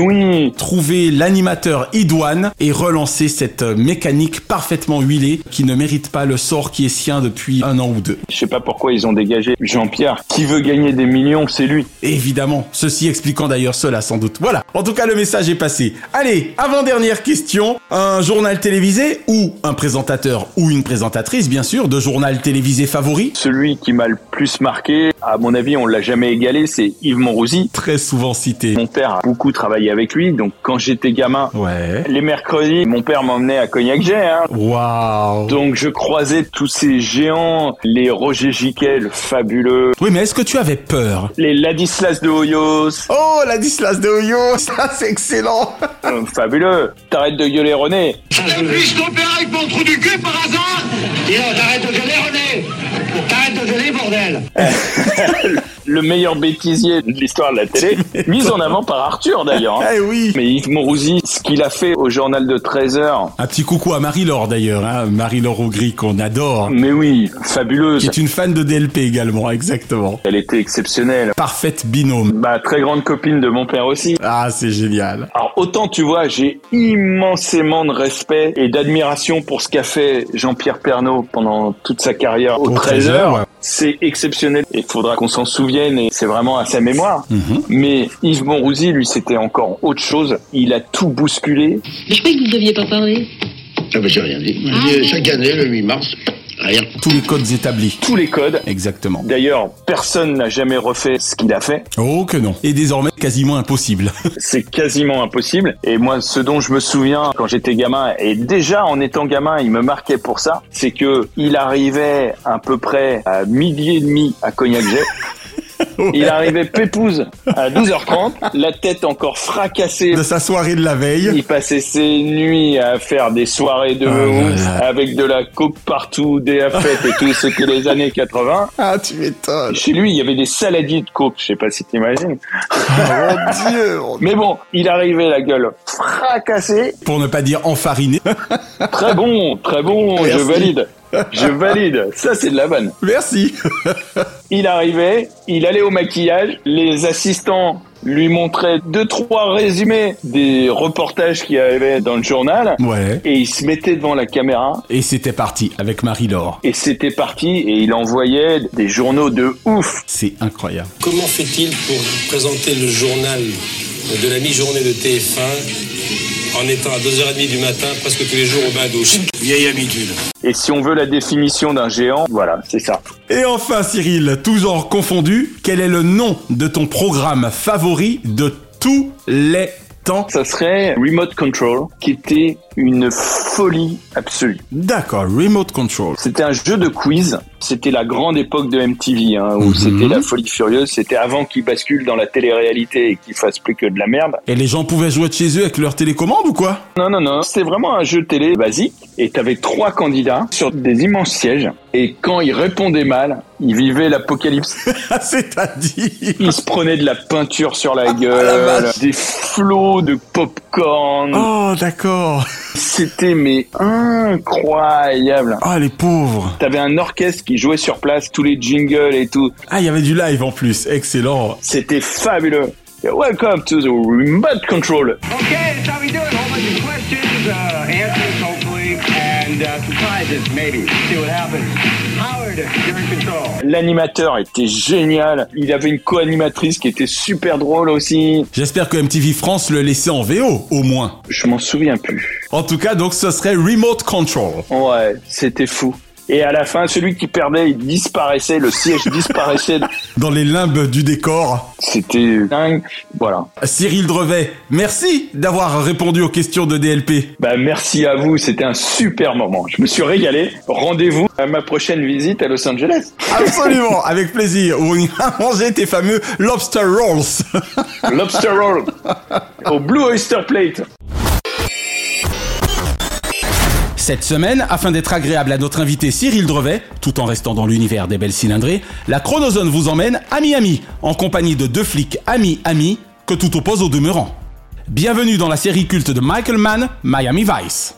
Trouver l'animateur idoine et relancer cette mécanique parfaitement huilée qui ne mérite pas le sort qui est sien depuis 1 an ou 2.
Je sais pas pourquoi ils ont dégagé Jean-Pierre. Qui veut gagner des millions, c'est lui.
Évidemment, ceci expliquant d'ailleurs cela sans doute. Voilà, en tout cas le message est passé. Allez, avant-dernière question. Un journal télévisé ou un présentateur ou une présentatrice, bien sûr, de journal télévisé favori?
Celui qui m'a le plus marqué, à mon avis, on l'a jamais égalé, c'est Yves Monrouzy.
Très souvent cité.
Mon père a beaucoup travaillé avec lui, donc quand j'étais gamin, les mercredis, mon père m'emmenait à Cognac-Jet.
Waouh.
Donc je croisais tous ces géants, les Roger Giquel, fabuleux.
Oui, mais est-ce que tu avais peur?
Les Ladislas de Hoyos.
Oh, Ladislas de Hoyos, ça c'est excellent.
Fabuleux. T'arrêtes de gueuler René.
Puisse ton père avec mon trou du cul par hasard? Dis donc, t'arrêtes de gueuler René. T'arrêtes de gueuler, bordel.
Le meilleur bêtisier de l'histoire de la télé, mis en avant par Arthur d'ailleurs.
Eh oui.
Mais Yves Monrouzy, ce qu'il a fait au journal de 13h.
Un petit coucou à Marie-Laure d'ailleurs, Marie-Laure Augry qu'on adore.
Mais oui, fabuleuse.
Qui est une fan de DLP également, exactement.
Elle était exceptionnelle.
Parfaite binôme.
Très grande copine de mon père aussi.
Ah, c'est génial.
Alors autant tu vois, j'ai immensément de respect et d'admiration pour ce qu'a fait Jean-Pierre Pernaut pendant toute sa carrière au 13h. Ouais. C'est exceptionnel. Il faudra qu'on s'en souvienne et c'est vraiment à sa mémoire. Mais Yves Monrouzy, lui, c'était encore autre chose. Il a tout bousculé.
Mais je croyais que vous ne deviez pas parler.
Ah ben j'ai rien dit. Chaque année, le 8 mars, rien.
Tous les codes établis.
Tous les codes.
Exactement.
D'ailleurs, personne n'a jamais refait ce qu'il a fait.
Oh que non. Et désormais, quasiment impossible.
C'est quasiment impossible. Et moi, ce dont je me souviens quand j'étais gamin, et déjà en étant gamin, il me marquait pour ça, c'est que il arrivait à peu près à 12h30 à Cognac-Jet. Ouais. Il arrivait pépouze à 12h30, la tête encore fracassée
de sa soirée de la veille.
Il passait ses nuits à faire des soirées de ouf avec de la coke partout, des affettes et tout, c'était les années 80.
Ah, tu m'étonnes.
Chez lui, il y avait des saladiers de coke, je sais pas si t'imagines.
Oh mon Dieu.
Mais bon, il arrivait la gueule fracassée.
Pour ne pas dire enfariné.
Très bon, merci. Je valide. Je valide. Ça, c'est de la vanne.
Merci.
Il arrivait, il allait au maquillage, les assistants lui montraient 2-3 résumés des reportages qu'il y avait dans le journal.
Ouais.
Et il se mettait devant la caméra.
Et c'était parti avec Marie-Laure.
Et c'était parti et il envoyait des journaux de ouf.
C'est incroyable.
Comment fait-il pour présenter le journal de la mi-journée de TF1 en étant à 2h30 du matin, presque tous les jours au bain-douche? Vieille habitude.
Et si on veut la définition d'un géant, voilà, c'est ça.
Et enfin, Cyril, tous genres confondus, quel est le nom de ton programme favori de tous les temps?
Ça serait Remote Control, qui était une folie absolue.
D'accord, Remote Control.
C'était un jeu de quiz. C'était la grande époque de MTV, où c'était la folie furieuse. C'était avant qu'ils basculent dans la télé-réalité et qu'ils fassent plus que de la merde.
Et les gens pouvaient jouer de chez eux avec leur télécommande ou quoi?
Non. C'était vraiment un jeu télé basique. Et t'avais 3 candidats sur des immenses sièges. Et quand ils répondaient mal, ils vivaient l'apocalypse.
C'est-à-dire,
ils se prenaient de la peinture sur la gueule, des flots de popcorn.
Oh, d'accord.
C'était mais incroyable.
Ah, les pauvres.
T'avais un orchestre qui jouait sur place, tous les jingles et tout.
Ah, il y avait du live en plus. Excellent.
C'était fabuleux. Welcome to the remote control.
Okay, that's how we do it. A whole bunch of questions, answers hopefully, and surprises maybe. See what happens. Howard, you're in control.
L'animateur était génial. Il avait une co-animatrice qui était super drôle aussi.
J'espère que MTV France le laissait en VO, au moins.
Je m'en souviens plus.
En tout cas, donc ce serait Remote Control.
Ouais, c'était fou. Et à la fin, celui qui perdait, il disparaissait, le siège disparaissait.
Dans les limbes du décor.
C'était dingue, voilà.
Cyril Drevet, merci d'avoir répondu aux questions de DLP.
Bah merci à vous, c'était un super moment. Je me suis régalé. Rendez-vous à ma prochaine visite à Los Angeles.
Absolument, avec plaisir. Où on ira manger tes fameux lobster rolls.
Lobster roll au Blue Oyster Plate.
Cette semaine, afin d'être agréable à notre invité Cyril Drevet, tout en restant dans l'univers des belles cylindrées, la Chronozone vous emmène à Miami, en compagnie de 2 flics amis que tout oppose au demeurant. Bienvenue dans la série culte de Michael Mann, Miami Vice.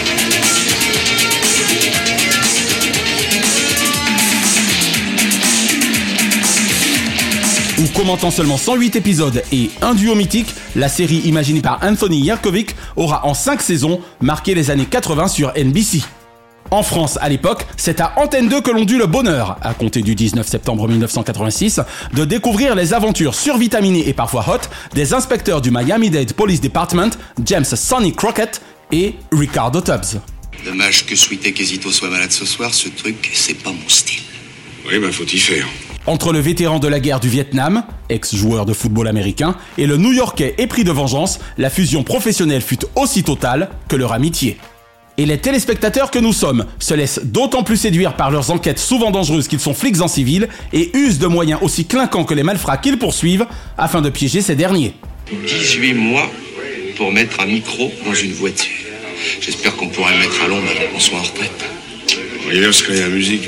Où commentant seulement 108 épisodes et un duo mythique, la série imaginée par Anthony Yerkovich aura en 5 saisons marqué les années 80 sur NBC. En France, à l'époque, c'est à Antenne 2 que l'on dut le bonheur, à compter du 19 septembre 1986, de découvrir les aventures survitaminées et parfois hot des inspecteurs du Miami-Dade Police Department, James Sonny Crockett et Ricardo Tubbs.
Dommage que Sweet et Quesito soient malades ce soir, ce truc, c'est pas mon style.
Oui, faut y faire.
Entre le vétéran de la guerre du Vietnam, ex-joueur de football américain, et le New-Yorkais épris de vengeance, la fusion professionnelle fut aussi totale que leur amitié. Et les téléspectateurs que nous sommes se laissent d'autant plus séduire par leurs enquêtes souvent dangereuses qu'ils sont flics en civil et usent de moyens aussi clinquants que les malfrats qu'ils poursuivent afin de piéger ces derniers.
18 mois pour mettre un micro dans une voiture. J'espère qu'on pourra le mettre à Londres avant qu'on soit en retraite.
Hier, ce serait la musique.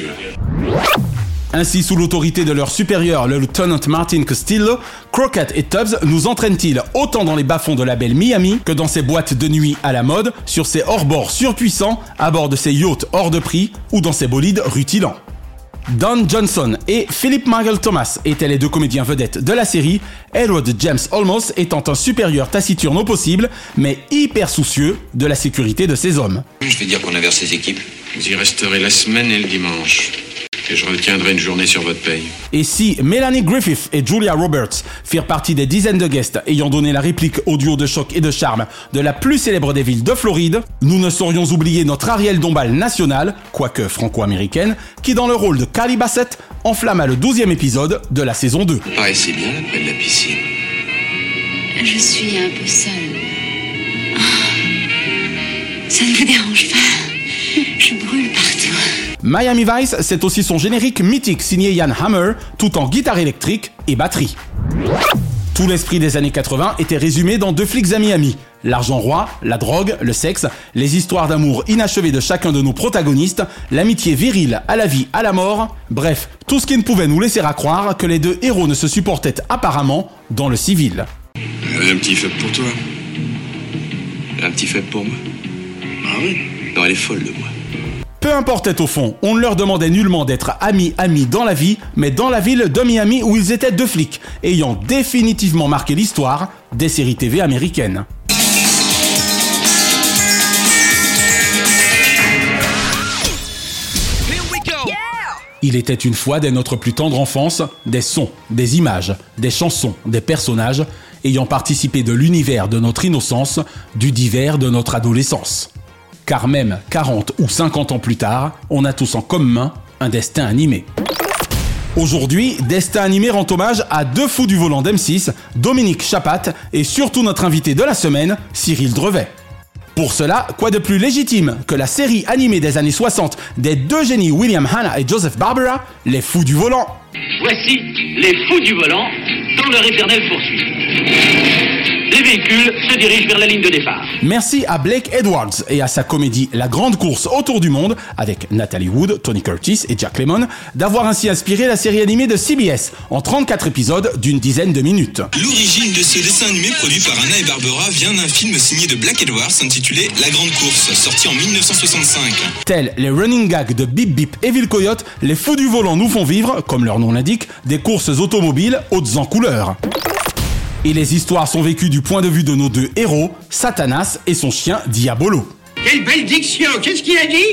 Ainsi, sous l'autorité de leur supérieur, le lieutenant Martin Castillo, Crockett et Tubbs nous entraînent-ils autant dans les bas-fonds de la belle Miami que dans ces boîtes de nuit à la mode, sur ces hors-bords surpuissants, à bord de ces yachts hors de prix ou dans ces bolides rutilants. Don Johnson et Philip Margell Thomas étaient les 2 comédiens vedettes de la série, Edward James Olmos étant un supérieur taciturne au possible, mais hyper soucieux de la sécurité de ses hommes.
Je vais dire qu'on inverse ses équipes.
Vous y resterez la semaine et le dimanche. Et je retiendrai une journée sur votre paye.
Et si Melanie Griffith et Julia Roberts firent partie des dizaines de guests ayant donné la réplique au duo de choc et de charme de la plus célèbre des villes de Floride, nous ne saurions oublier notre Ariel Dombal nationale, quoique franco-américaine, qui dans le rôle de Carly Bassett enflamma le 12e épisode de la saison 2.
Vous paraissez bien près de la piscine.
Je suis un peu seule. Oh, ça ne vous dérange pas? Je brûle partout.
Miami Vice, c'est aussi son générique mythique signé Jan Hammer, tout en guitare électrique et batterie. Tout l'esprit des années 80 était résumé dans 2 flics à Miami. L'argent roi, la drogue, le sexe, les histoires d'amour inachevées de chacun de nos protagonistes, l'amitié virile à la vie, à la mort, bref, tout ce qui ne pouvait nous laisser à croire que les 2 héros ne se supportaient apparemment dans le civil.
Elle a un petit faible pour toi.
Elle a un petit faible pour moi.
Ah oui?
Non, elle est folle de moi.
Peu importait au fond, on ne leur demandait nullement d'être amis dans la vie, mais dans la ville de Miami où ils étaient 2 flics, ayant définitivement marqué l'histoire des séries TV américaines. Il était une fois dès notre plus tendre enfance, des sons, des images, des chansons, des personnages, ayant participé de l'univers de notre innocence, du divers de notre adolescence. Car même 40 ou 50 ans plus tard, on a tous en commun un destin animé. Aujourd'hui, Destin Animé rend hommage à 2 fous du volant d'M6, Dominique Chapat et surtout notre invité de la semaine, Cyril Drevet. Pour cela, quoi de plus légitime que la série animée des années 60 des 2 génies William Hanna et Joseph Barbera, Les Fous du Volant.
Voici les fous du volant dans leur éternelle poursuite.
les véhicules se dirigent vers la ligne de départ.
Merci à Blake Edwards et à sa comédie La Grande Course autour du monde, avec Natalie Wood, Tony Curtis et Jack Lemmon, d'avoir ainsi inspiré la série animée de CBS en 34 épisodes d'une dizaine de minutes.
L'origine de ce dessin animé produit par Hanna et Barbera vient d'un film signé de Blake Edwards intitulé La Grande Course, sorti en 1965.
Tels les running gags de Bip Bip et Ville Coyote, les fous du volant nous font vivre, comme leur nom l'indique, des courses automobiles hautes en couleurs. Et les histoires sont vécues du point de vue de nos deux héros, Satanas et son chien Diabolo.
Quelle belle diction! Qu'est-ce qu'il a dit?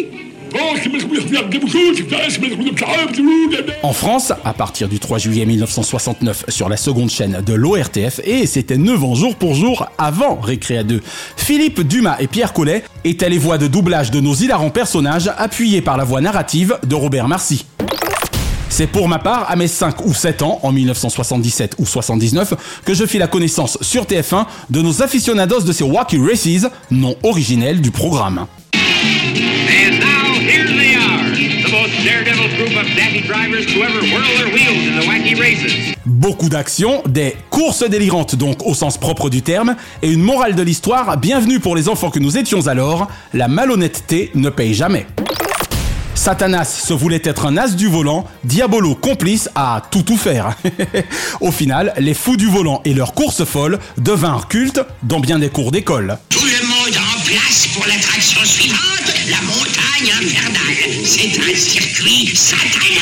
En France, à partir du 3 juillet 1969 sur la seconde chaîne de l'ORTF, et c'était 9 ans jour pour jour avant Récréa 2, Philippe Dumas et Pierre Collet étaient les voix de doublage de nos hilarants personnages appuyés par la voix narrative de Robert Marcy. C'est pour ma part, à mes 5 ou 7 ans, en 1977 ou 79, que je fis la connaissance sur TF1 de nos aficionados de ces Wacky Races, nom originel du programme.
And now, here they are, the most daredevil group of daffy drivers to ever whirl their wheels in the Wacky Races.
Beaucoup d'action, des courses délirantes donc au sens propre du terme, et une morale de l'histoire bienvenue pour les enfants que nous étions alors, la malhonnêteté ne paye jamais. Satanas se voulait être un as du volant, Diabolo complice à tout faire. Au final, les fous du volant et leurs courses folles devinrent cultes dans bien des cours d'école.
Tout le monde en place pour l'attraction suivante, la montagne infernale. C'est un circuit Satanas.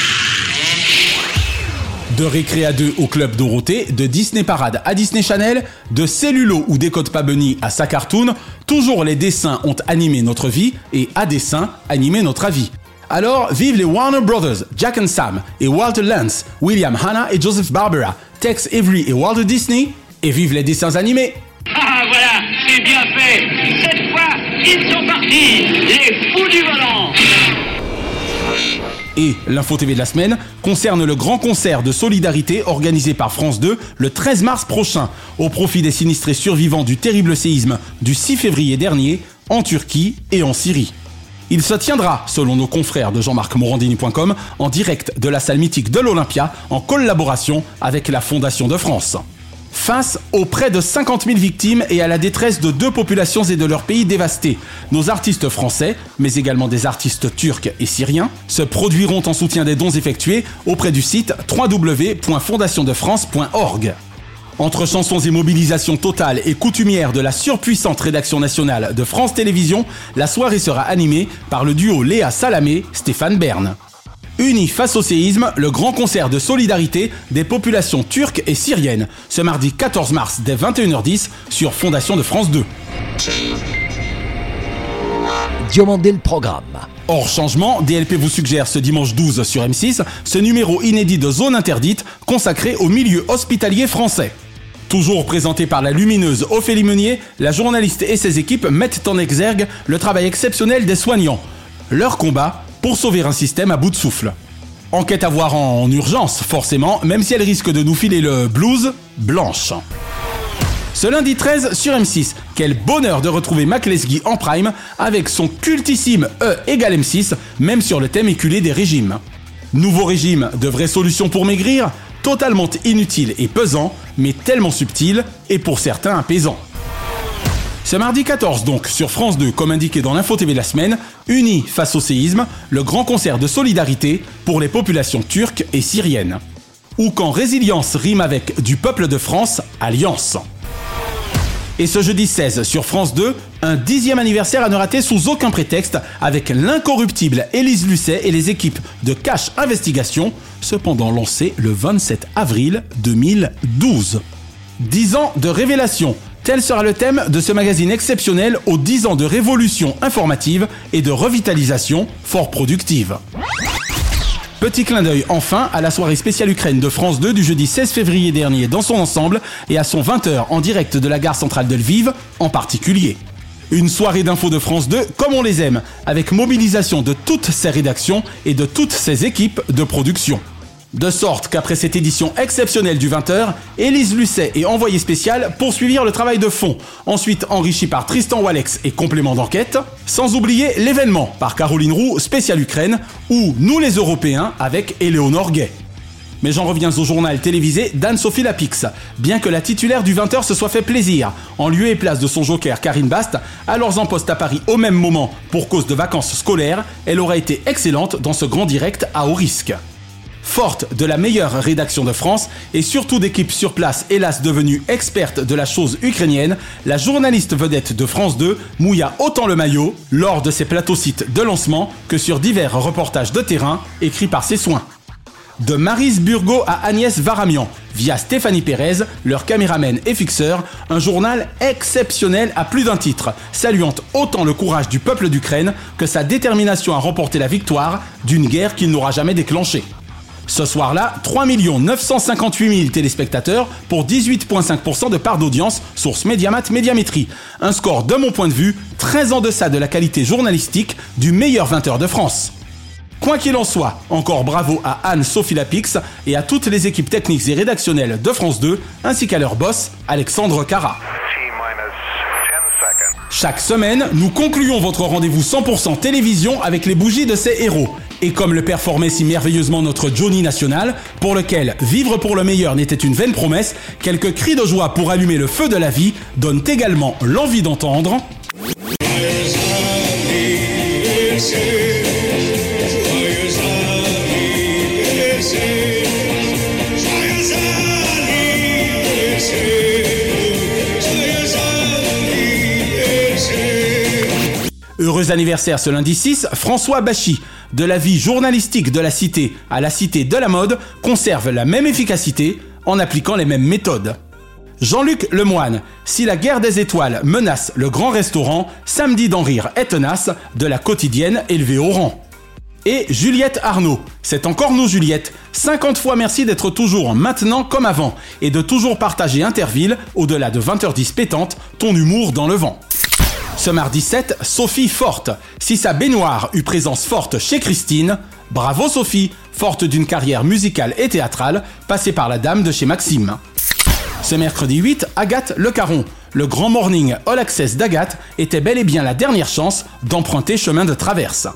De Récréa 2 au Club Dorothée, de Disney Parade à Disney Channel, de Cellulo ou Décode pas Bunny à sa cartoon, toujours les dessins ont animé notre vie et à dessin animé notre avis. Alors, vive les Warner Brothers, Jack and Sam et Walter Lantz, William Hanna et Joseph Barbera, Tex Avery et Walter Disney, et vive les dessins animés.
Ah voilà, c'est bien fait. Cette fois, ils sont partis, les fous du volant.
Et l'info TV de la semaine concerne le grand concert de solidarité organisé par France 2 le 13 mars prochain, au profit des sinistrés survivants du terrible séisme du 6 février dernier en Turquie et en Syrie. Il se tiendra, selon nos confrères de jean-marc-morandini.com, en direct de la salle mythique de l'Olympia, en collaboration avec la Fondation de France. Face aux près de 50 000 victimes et à la détresse de 2 populations et de leurs pays dévastés, nos artistes français, mais également des artistes turcs et syriens, se produiront en soutien des dons effectués auprès du site www.fondationdefrance.org. Entre chansons et mobilisations totales et coutumières de la surpuissante rédaction nationale de France Télévisions, la soirée sera animée par le duo Léa Salamé-Stéphane Bern. Unis face au séisme, le grand concert de solidarité des populations turques et syriennes, ce mardi 14 mars dès 21h10 sur Fondation de France 2.
Diomandé le programme.
Hors changement, DLP vous suggère ce dimanche 12 sur M6 ce numéro inédit de Zone Interdite consacré au milieu hospitalier français. Toujours présenté par la lumineuse Ophélie Meunier, la journaliste et ses équipes mettent en exergue le travail exceptionnel des soignants. Leur combat pour sauver un système à bout de souffle. Enquête à voir en urgence, forcément, même si elle risque de nous filer le blues blanche. Ce lundi 13 sur M6, quel bonheur de retrouver Mac Lesguy en prime avec son cultissime E égale M6, même sur le thème éculé des régimes. Nouveau régime, de vraies solutions pour maigrir, totalement inutile et pesant, mais tellement subtil et pour certains apaisant. Ce mardi 14 donc, sur France 2, comme indiqué dans l'info TV de la semaine, unis face au séisme, le grand concert de solidarité pour les populations turques et syriennes. Ou quand résilience rime avec du peuple de France, alliance. Et ce jeudi 16 sur France 2, un 10e anniversaire à ne rater sous aucun prétexte avec l'incorruptible Élise Lucet et les équipes de Cash Investigation, cependant lancé le 27 avril 2012. 10 ans de révélation, tel sera le thème de ce magazine exceptionnel aux 10 ans de révolution informative et de revitalisation fort productive. Petit clin d'œil enfin à la soirée spéciale Ukraine de France 2 du jeudi 16 février dernier dans son ensemble et à son 20h en direct de la gare centrale de Lviv en particulier. Une soirée d'infos de France 2 comme on les aime, avec mobilisation de toutes ses rédactions et de toutes ses équipes de production. De sorte qu'après cette édition exceptionnelle du 20h, Élise Lucet et envoyé spécial poursuivirent le travail de fond, ensuite enrichi par Tristan Walex et complément d'enquête, sans oublier l'événement par Caroline Roux, spécial Ukraine, ou Nous les Européens avec Éléonore Gay. Mais j'en reviens au journal télévisé d'Anne-Sophie Lapix. Bien que la titulaire du 20h se soit fait plaisir, en lieu et place de son joker Karine Bast, alors en poste à Paris au même moment pour cause de vacances scolaires, elle aurait été excellente dans ce grand direct à haut risque. Forte de la meilleure rédaction de France et surtout d'équipes sur place hélas devenues expertes de la chose ukrainienne, la journaliste vedette de France 2 mouilla autant le maillot lors de ses plateaux sites de lancement que sur divers reportages de terrain écrits par ses soins. De Maryse Burgot à Agnès Varamian, via Stéphanie Pérez, leur caméraman et fixeur, un journal exceptionnel à plus d'un titre, saluant autant le courage du peuple d'Ukraine que sa détermination à remporter la victoire d'une guerre qu'il n'aura jamais déclenchée. Ce soir-là, 3 958 000 téléspectateurs pour 18,5% de part d'audience, source Mediamat Médiamétrie. Un score, de mon point de vue, très en deçà de la qualité journalistique du meilleur 20h de France. Quoi qu'il en soit, encore bravo à Anne-Sophie Lapix et à toutes les équipes techniques et rédactionnelles de France 2, ainsi qu'à leur boss, Alexandre Cara. Chaque semaine, nous concluons votre rendez-vous 100% télévision avec les bougies de ces héros. Et comme le performait si merveilleusement notre Johnny National, pour lequel vivre pour le meilleur n'était une vaine promesse, quelques cris de joie pour allumer le feu de la vie donnent également l'envie d'entendre. Heureux anniversaire ce lundi 6, François Bachy. De la vie journalistique de la cité à la cité de la mode, conserve la même efficacité en appliquant les mêmes méthodes. Jean-Luc Lemoine. Si la guerre des étoiles menace le grand restaurant, samedi d'en rire est tenace, de la quotidienne élevée au rang. Et Juliette Arnaud. C'est encore nous Juliette. 50 fois merci d'être toujours maintenant comme avant et de toujours partager Interville, au-delà de 20h10 pétantes, ton humour dans le vent. Ce mardi 7, Sophie Forte. Si sa baignoire eut présence forte chez Christine, bravo Sophie, forte d'une carrière musicale et théâtrale, passée par la dame de chez Maxime. Ce mercredi 8, Agathe Le Caron. Le grand morning All Access d'Agathe était bel et bien la dernière chance d'emprunter chemin de traverse.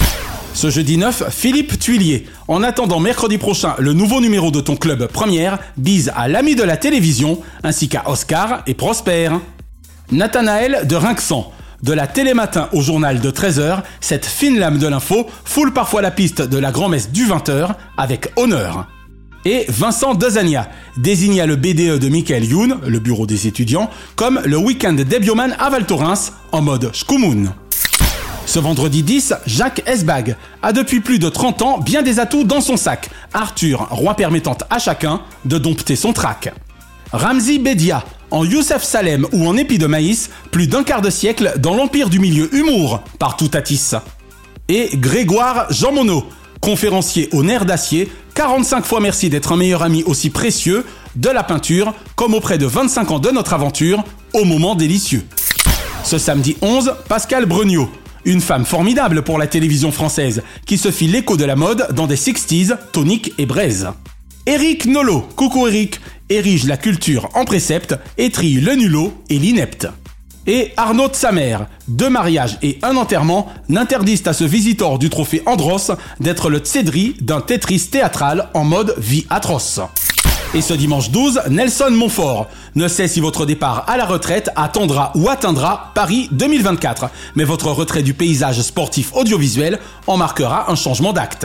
Ce jeudi 9, Philippe Tuilier. En attendant mercredi prochain le nouveau numéro de ton club première, bise à l'ami de la télévision, ainsi qu'à Oscar et Prosper. Nathanaël de Rinxan. De la télématin au journal de 13h, cette fine lame de l'info foule parfois la piste de la grand-messe du 20h avec honneur. Et Vincent Dezania désigna le BDE de Michael Youn, le bureau des étudiants, comme le week-end d'Ebioman à Val Thorens en mode Shkumun. Ce vendredi 10, Jacques Esbag a depuis plus de 30 ans bien des atouts dans son sac. Arthur, roi permettant à chacun de dompter son trac. Ramzi Bedia, en Youssef Salem ou en épi de maïs, plus d'un quart de siècle dans l'empire du milieu humour, partout à Tisse. Et Grégoire Jean Monod, conférencier au nerf d'acier, 45 fois merci d'être un meilleur ami aussi précieux de la peinture, comme auprès de 25 ans de notre aventure, au moment délicieux. Ce samedi 11, Pascal Breugnot, une femme formidable pour la télévision française, qui se fit l'écho de la mode dans des 60s, toniques et braises. Éric Nolot, coucou Éric, érige la culture en précepte et trille le nulot et l'inepte. Et Arnaud de sa mère, 2 mariages et un enterrement n'interdisent à ce visiteur du trophée Andros d'être le Tsedri d'un Tetris théâtral en mode vie atroce. Et ce dimanche 12, Nelson Montfort ne sait si votre départ à la retraite attendra ou atteindra Paris 2024, mais votre retrait du paysage sportif audiovisuel en marquera un changement d'acte.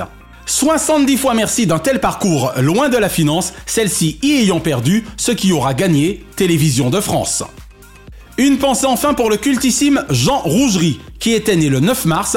70 fois merci d'un tel parcours loin de la finance, celle-ci y ayant perdu ce qui aura gagné Télévision de France. Une pensée enfin pour le cultissime Jean Rougerie, qui était né le 9 mars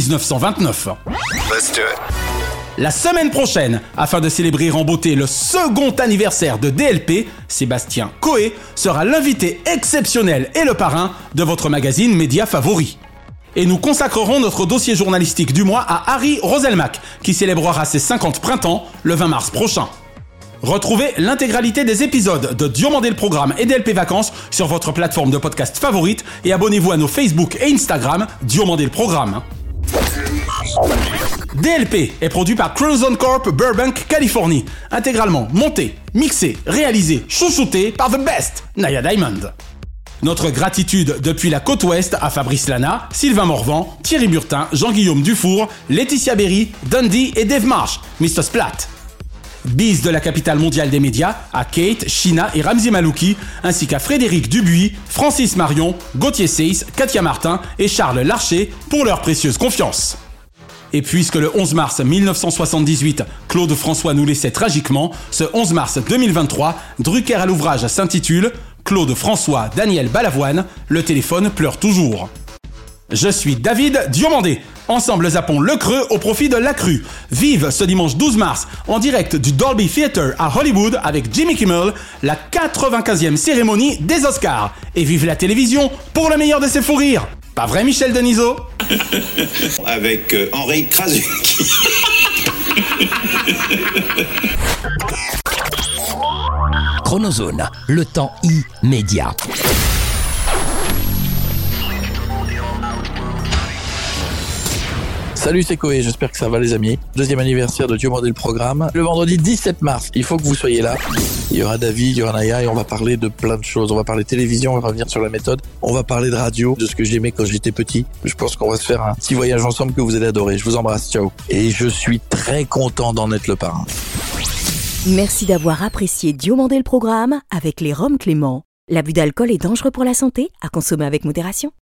1929.
Let's do it.
La semaine prochaine, afin de célébrer en beauté le second anniversaire de DLP, Sébastien Coé sera l'invité exceptionnel et le parrain de votre magazine média favori. Et nous consacrerons notre dossier journalistique du mois à Harry Roselmack, qui célébrera ses 50 printemps le 20 mars prochain. Retrouvez l'intégralité des épisodes de Diomandé le Programme et DLP Vacances sur votre plateforme de podcast favorite et abonnez-vous à nos Facebook et Instagram Diomandé le Programme. DLP est produit par Crimson Corp Burbank, Californie. Intégralement monté, mixé, réalisé, chouchouté par The Best, Naya Diamond. Notre gratitude depuis la côte ouest à Fabrice Lana, Sylvain Morvan, Thierry Burtin, Jean-Guillaume Dufour, Laetitia Berry, Dundee et Dave Marsh, Mr. Splat. Bise de la capitale mondiale des médias à Kate, Sheena et Ramzi Malouki, ainsi qu'à Frédéric Dubuis, Francis Marion, Gauthier Seyss, Katia Martin et Charles Larcher pour leur précieuse confiance. Et puisque le 11 mars 1978, Claude François nous laissait tragiquement, ce 11 mars 2023, Drucker à l'ouvrage s'intitule « Claude François, Daniel Balavoine, le téléphone pleure toujours ». Je suis David Diomandé. Ensemble zappons le creux au profit de la crue. Vive ce dimanche 12 mars, en direct du Dolby Theatre à Hollywood avec Jimmy Kimmel, la 95e cérémonie des Oscars. Et vive la télévision pour le meilleur de ses fous rires. Pas vrai, Michel Denisot?
Avec Henri Krasuki.
Chronozone, le temps immédiat.
Salut, c'est Koé, j'espère que ça va les amis. Deuxième anniversaire de Diomandé le programme. Le vendredi 17 mars, il faut que vous soyez là. Il y aura David, il y aura Naya et on va parler de plein de choses. On va parler télévision, on va revenir sur la méthode. On va parler de radio, de ce que j'aimais quand j'étais petit. Je pense qu'on va se faire un petit voyage ensemble que vous allez adorer. Je vous embrasse, ciao. Et je suis très content d'en être le parrain.
Merci d'avoir apprécié Diomandé le programme avec les Rhums Clément. L'abus d'alcool est dangereux pour la santé, à consommer avec modération.